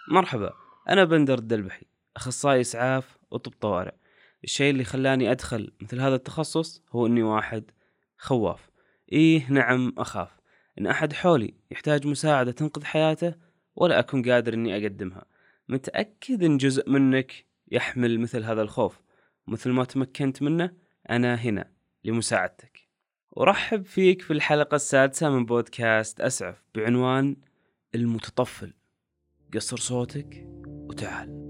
مرحبا، أنا بندر الدلبحي، أخصائي إسعاف وطب طوارئ. الشيء اللي خلاني أدخل مثل هذا التخصص هو إني واحد خواف. إيه نعم، أخاف إن أحد حولي يحتاج مساعدة تنقذ حياته ولا أكون قادر إني أقدمها. متأكد إن جزء منك يحمل مثل هذا الخوف، مثل ما تمكنت منه أنا هنا لمساعدتك. أرحب فيك في الحلقة السادسة من بودكاست أسعف بعنوان المتطفل. قصر صوتك وتعال.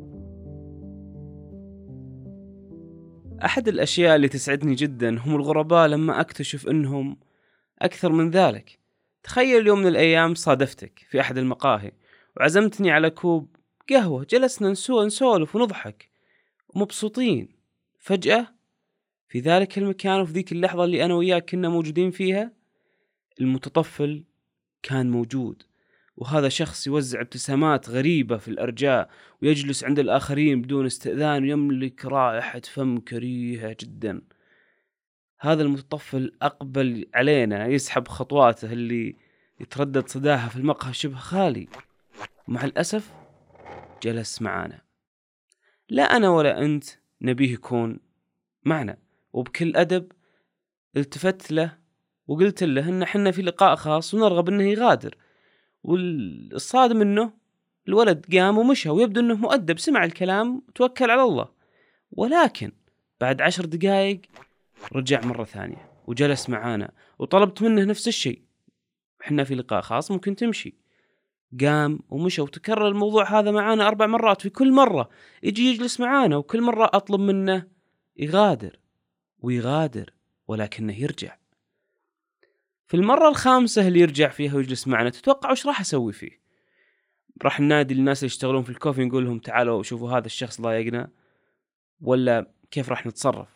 أحد الأشياء اللي تسعدني جدا هم الغرباء لما أكتشف أنهم أكثر من ذلك. تخيل يوم من الأيام صادفتك في أحد المقاهي وعزمتني على كوب قهوة، جلسنا نسولف ونضحك ومبسوطين. فجأة في ذلك المكان وفي ذيك اللحظة اللي أنا وياك كنا موجودين فيها، المتطفل كان موجود. وهذا شخص يوزع ابتسامات غريبة في الأرجاء ويجلس عند الآخرين بدون استئذان ويملك رائحة فم كريهة جدا. هذا المتطفل أقبل علينا يسحب خطواته اللي يتردد صداها في المقهى شبه خالي. مع الأسف جلس معنا. لا أنا ولا أنت نبيه يكون معنا، وبكل أدب التفت له وقلت له إن حنا في لقاء خاص ونرغب إنه يغادر. والصادم إنه الولد قام ومشى ويبدو إنه مؤدب، سمع الكلام وتوكل على الله. ولكن بعد 10 دقائق رجع مرة ثانية وجلس معانا وطلبت منه نفس الشيء، إحنا في لقاء خاص ممكن تمشي. قام ومشى وتكرر الموضوع هذا معانا 4 مرات. في كل مرة يجي يجلس معانا وكل مرة أطلب منه يغادر ويغادر ولكنه يرجع. في المرة الخامسة اللي يرجع فيها ويجلس معنا، تتوقع وش راح أسوي فيه؟ راح ننادي للناس اللي يشتغلون في الكوفي نقول لهم تعالوا شوفوا هذا الشخص ضايقنا، ولا كيف راح نتصرف؟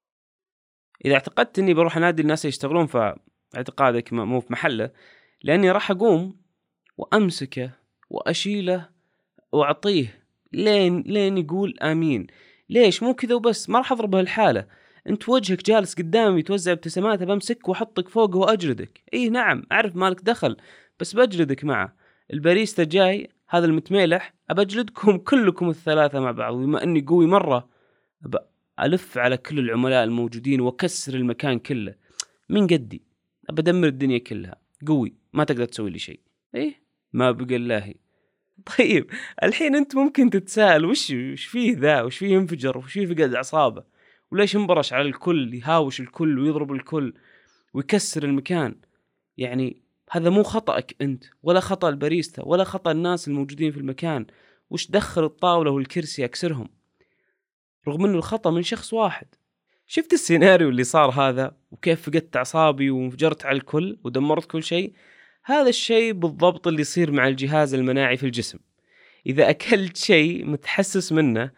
إذا اعتقدت إني بروح أنادي الناس اللي يشتغلون فاعتقادك مو في محله، لأني راح أقوم وأمسكه وأشيله وأعطيه لين يقول آمين. ليش؟ مو كذا وبس، ما راح أضربه الحالة. أنت وجهك جالس قدامي توزع ابتسامات، بمسك وأحطك فوقه وأجلدك. إيه نعم أعرف مالك دخل، بس بجلدك معه. الباريستا جاي هذا المتميلح، أبجلدكم كلكم الثلاثة مع بعض. وبما أني قوي مرة ألف على كل العملاء الموجودين وأكسر المكان كله من قدي، أبدمر الدنيا كلها. قوي ما تقدر تسوي لي شيء. إيه ما بقى الله. طيب الحين أنت ممكن تتساءل وش فيه ذا، وش فيه ينفجر، وش فيه فقد أعصابه، وليش انبرش على الكل، يهاوش الكل ويضرب الكل ويكسر المكان. يعني هذا مو خطأك أنت ولا خطأ الباريستا ولا خطأ الناس الموجودين في المكان. وش دخل الطاولة والكرسي أكسرهم؟ رغم أنه الخطأ من شخص واحد. شفت السيناريو اللي صار هذا وكيف فقدت أعصابي وانفجرت على الكل ودمرت كل شيء؟ هذا الشيء بالضبط اللي يصير مع الجهاز المناعي في الجسم. إذا أكلت شيء متحسس منه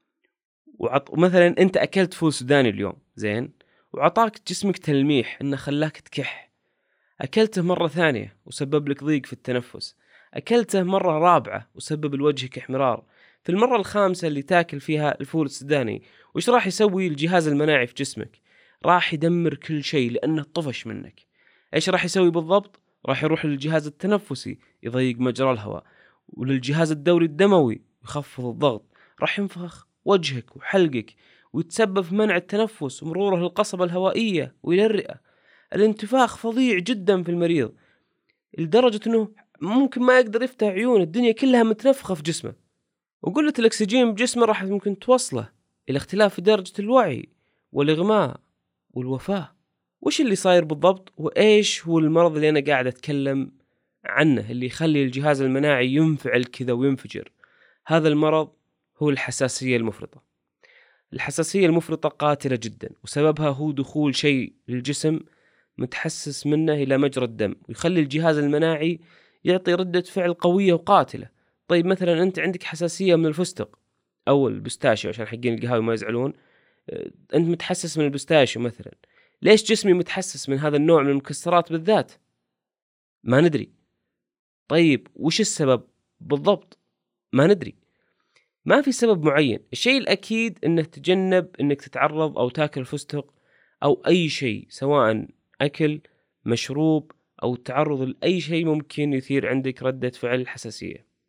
مثلا أنت أكلت فول سوداني اليوم زين وعطاك جسمك تلميح إنه خلاك تكح، أكلته مرة ثانية وسبب لك ضيق في التنفس، أكلته مرة رابعة وسبب لوجهك احمرار، في المرة الخامسة اللي تاكل فيها الفول السوداني وش راح يسوي الجهاز المناعي في جسمك؟ راح يدمر كل شيء لأنه طفش منك. إيش راح يسوي بالضبط؟ راح يروح للجهاز التنفسي يضيق مجرى الهواء، وللجهاز الدوري الدموي يخفض الضغط، راح ينفخ وجهك وحلقك ويتسبب في منع التنفس ومروره للقصبة الهوائية وإلى الرئة. الانتفاخ فظيع جدا في المريض لدرجة أنه ممكن ما يقدر يفتح عيونه، الدنيا كلها متنفخة في جسمه. وقلة الأكسجين بجسمه راح ممكن توصله إلى اختلاف في درجة الوعي والإغماء والوفاة. وش اللي صاير بالضبط؟ وإيش هو المرض اللي أنا قاعد أتكلم عنه اللي يخلي الجهاز المناعي ينفعل كذا وينفجر؟ هذا المرض هو الحساسية المفرطة. الحساسية المفرطة قاتلة جدا، وسببها هو دخول شيء للجسم متحسس منه إلى مجرى الدم ويخلي الجهاز المناعي يعطي ردة فعل قوية وقاتلة. طيب مثلا أنت عندك حساسية من الفستق أو البستاشيو، عشان حقين القهاوي ما يزعلون، أنت متحسس من البستاشيو مثلا. ليش جسمي متحسس من هذا النوع من المكسرات بالذات؟ ما ندري. طيب وش السبب بالضبط؟ ما ندري. ما في سبب معين. الشيء الأكيد أنه تجنب أنك تتعرض أو تاكل فستق أو أي شيء، سواء أكل مشروب أو تعرض لأي شيء ممكن يثير عندك ردة فعل حساسية.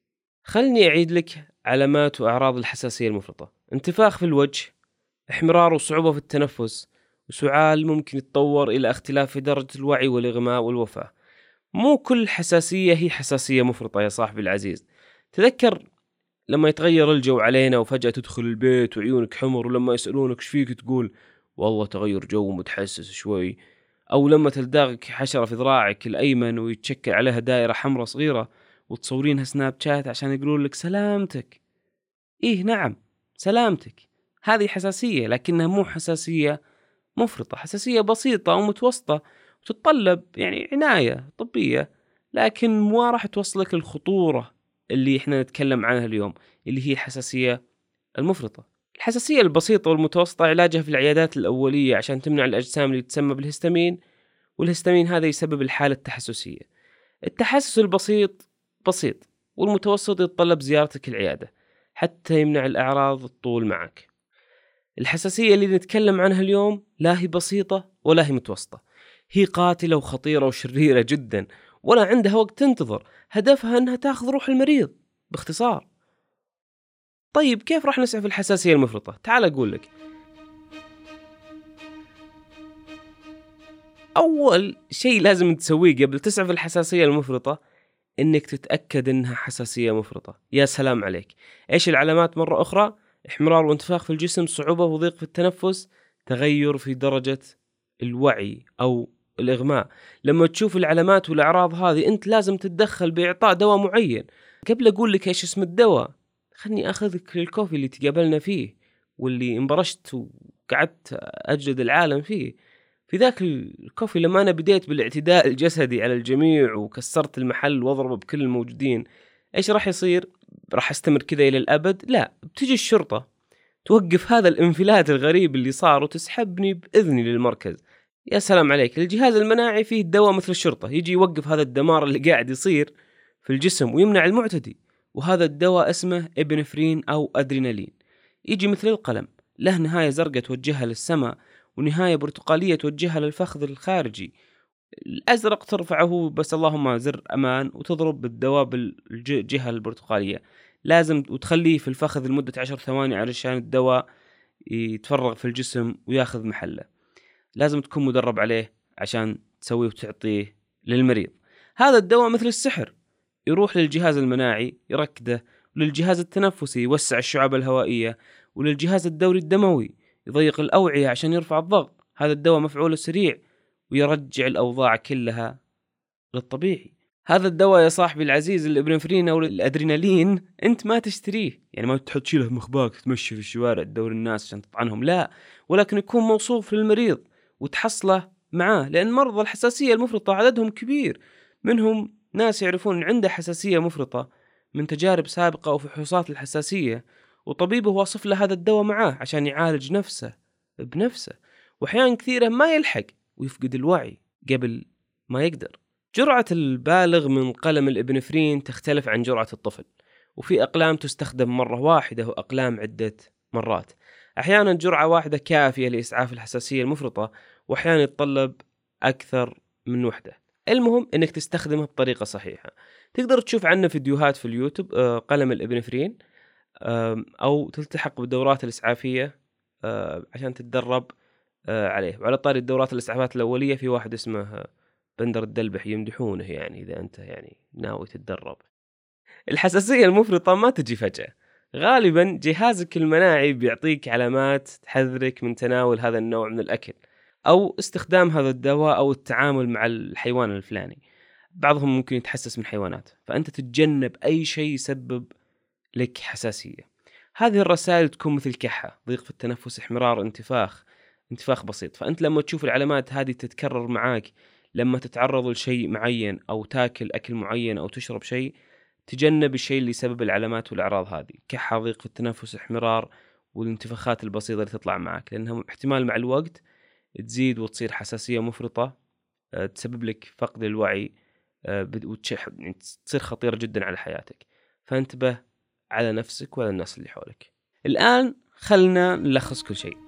خلني أعيد لك علامات وأعراض الحساسية المفرطة: انتفاخ في الوجه، احمرار وصعوبة في التنفس، وسعال ممكن يتطور إلى اختلاف في درجة الوعي والإغماء والوفاة. مو كل حساسية هي حساسية مفرطة يا صاحبي العزيز. تذكر لما يتغير الجو علينا وفجأة تدخل البيت وعيونك حمر، ولما يسألونك ايش فيك تقول والله تغير جو متحسس شوي. أو لما تلدغك حشرة في ذراعك الأيمن ويتشكل عليها دائرة حمراء صغيرة وتصورينها سناب شات عشان يقولون لك سلامتك. إيه نعم، سلامتك. هذه حساسية، لكنها مو حساسية مفرطة، حساسية بسيطة ومتوسطة وتتطلب يعني عناية طبية، لكن ما راح توصلك للخطورة اللي احنا نتكلم عنها اليوم، اللي هي الحساسية المفرطة. الحساسية البسيطة والمتوسطة علاجها في العيادات الأولية عشان تمنع الأجسام اللي تسمى بالهستامين، والهستامين هذا يسبب الحالة التحسسية. التحسس البسيط بسيط، والمتوسط يتطلب زيارتك العيادة حتى يمنع الأعراض الطول معك. الحساسية اللي نتكلم عنها اليوم لا هي بسيطة ولا هي متوسطة، هي قاتلة وخطيرة وشريرة جدا، ولا عندها وقت تنتظر، هدفها أنها تأخذ روح المريض باختصار. طيب كيف راح نسعف الحساسية المفرطة؟ تعال أقول لك. أول شيء لازم تسويه قبل تسعف الحساسية المفرطة إنك تتأكد إنها حساسية مفرطة. يا سلام عليك! إيش العلامات مرة أخرى؟ احمرار وانتفاخ في الجسم، صعوبة وضيق في التنفس، تغير في درجة الوعي أو الإغماء. لما تشوف العلامات والأعراض هذه أنت لازم تتدخل بإعطاء دواء معين. قبل أقول لك إيش اسم الدواء، خلني أخذك للكوفي اللي تقابلنا فيه واللي انبرشت وقعدت أجلد العالم فيه. في ذاك الكوفي لما أنا بديت بالاعتداء الجسدي على الجميع وكسرت المحل وأضرب بكل الموجودين، إيش راح يصير؟ راح أستمر كذا إلى الأبد؟ لا، بتجي الشرطة توقف هذا الانفلات الغريب اللي صار وتسحبني بإذني للمركز. يا سلام عليك! الجهاز المناعي فيه الدواء مثل الشرطة، يجي يوقف هذا الدمار اللي قاعد يصير في الجسم ويمنع المعتدي. وهذا الدواء اسمه إبنفرين أو أدرينالين. يجي مثل القلم، له نهاية زرقاء توجهها للسماء، ونهاية برتقالية توجهها للفخذ الخارجي. الأزرق ترفعه بس اللهم زر أمان وتضرب بالدواء بالجهة البرتقالية، لازم وتخليه في الفخذ لمدة 10 ثواني علشان الدواء يتفرغ في الجسم وياخذ محله. لازم تكون مدرب عليه عشان تسويه وتعطيه للمريض. هذا الدواء مثل السحر، يروح للجهاز المناعي يركده، وللجهاز التنفسي يوسع الشعب الهوائية، وللجهاز الدوري الدموي يضيق الأوعية عشان يرفع الضغط. هذا الدواء مفعوله سريع ويرجع الأوضاع كلها للطبيعي. هذا الدواء يا صاحبي العزيز الإبنفرين أو الأدرينالين أنت ما تشتريه، يعني ما تحط شيله في مخباك تمشي في الشوارع تدور الناس عشان تطعنهم، لا، ولكن يكون موصوف للمريض وتحصله معاه. لأن مرضى الحساسية المفرطة عددهم كبير، منهم ناس يعرفون أن عنده حساسية مفرطة من تجارب سابقة وفحوصات الحساسية، وطبيبه واصف له هذا الدواء معاه عشان يعالج نفسه بنفسه، وأحيان كثيرة ما يلحق ويفقد الوعي قبل ما يقدر. جرعة البالغ من قلم الإبنفرين تختلف عن جرعة الطفل، وفي أقلام تستخدم مرة واحدة وأقلام عدة مرات. أحيانا جرعة واحدة كافية لإسعاف الحساسية المفرطة، وأحيانا يتطلب أكثر من وحدة. المهم أنك تستخدمها بطريقة صحيحة. تقدر تشوف عنه فيديوهات في اليوتيوب قلم الإبنفرين، أو تلتحق بالدورات الإسعافية عشان تتدرب عليه. وعلى طاري الدورات الإسعافات الأولية، في واحد اسمه بندر الدلبح يمدحونه، يعني إذا أنت يعني ناوي تتدرب. الحساسية المفرطة ما تجي فجأة، غالبا جهازك المناعي بيعطيك علامات تحذرك من تناول هذا النوع من الأكل أو استخدام هذا الدواء أو التعامل مع الحيوان الفلاني. بعضهم ممكن يتحسس من حيوانات، فأنت تتجنب أي شيء يسبب لك حساسية. هذه الرسائل تكون مثل كحة، ضيق في التنفس، احمرار، انتفاخ بسيط. فأنت لما تشوف العلامات هذه تتكرر معاك، لما تتعرض لشيء معين أو تاكل أكل معين أو تشرب شيء، تجنب الشيء اللي يسبب العلامات والأعراض هذه: كحة، ضيق في التنفس، احمرار، والانتفاخات البسيطة اللي تطلع معك، لأنها احتمال مع الوقت تزيد وتصير حساسية مفرطة تسبب لك فقد الوعي، تصير خطيرة جدا على حياتك. فانتبه على نفسك وعلى الناس اللي حولك. الآن خلنا نلخص كل شيء.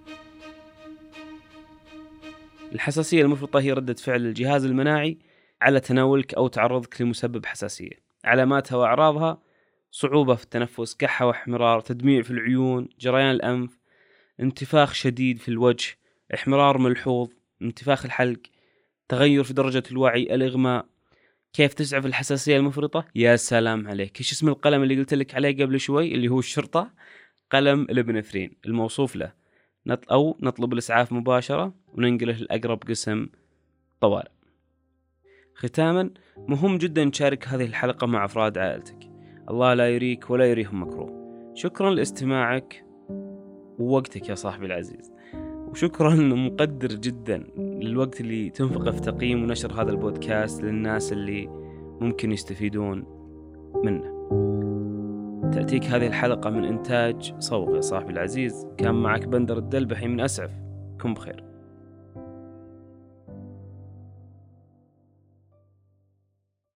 الحساسية المفرطة هي ردة فعل الجهاز المناعي على تناولك أو تعرضك لمسبب حساسية. علاماتها وأعراضها: صعوبة في التنفس، كحة واحمرار، تدميع في العيون، جريان الأنف، انتفاخ شديد في الوجه، احمرار ملحوظ، انتفاخ الحلق، تغير في درجة الوعي، الإغماء. كيف تسعف الحساسية المفرطة؟ يا سلام عليك. ايش اسم القلم اللي قلت لك عليه قبل شوي اللي هو الشرطة؟ قلم الابنفرين الموصوف له. أو نطلب الإسعاف مباشرة وننقله لأقرب قسم طوارئ. ختاما، مهم جدا تشارك هذه الحلقة مع أفراد عائلتك. الله لا يريك ولا يريهم مكروه. شكرا لاستماعك ووقتك يا صاحبي العزيز، وشكرا مقدر جدا للوقت اللي تنفقه في تقييم ونشر هذا البودكاست للناس اللي ممكن يستفيدون منه. تأتيك هذه الحلقة من إنتاج صوغ يا صاحبي العزيز. كان معك بندر الدلبحي من أسعف. كن بخير.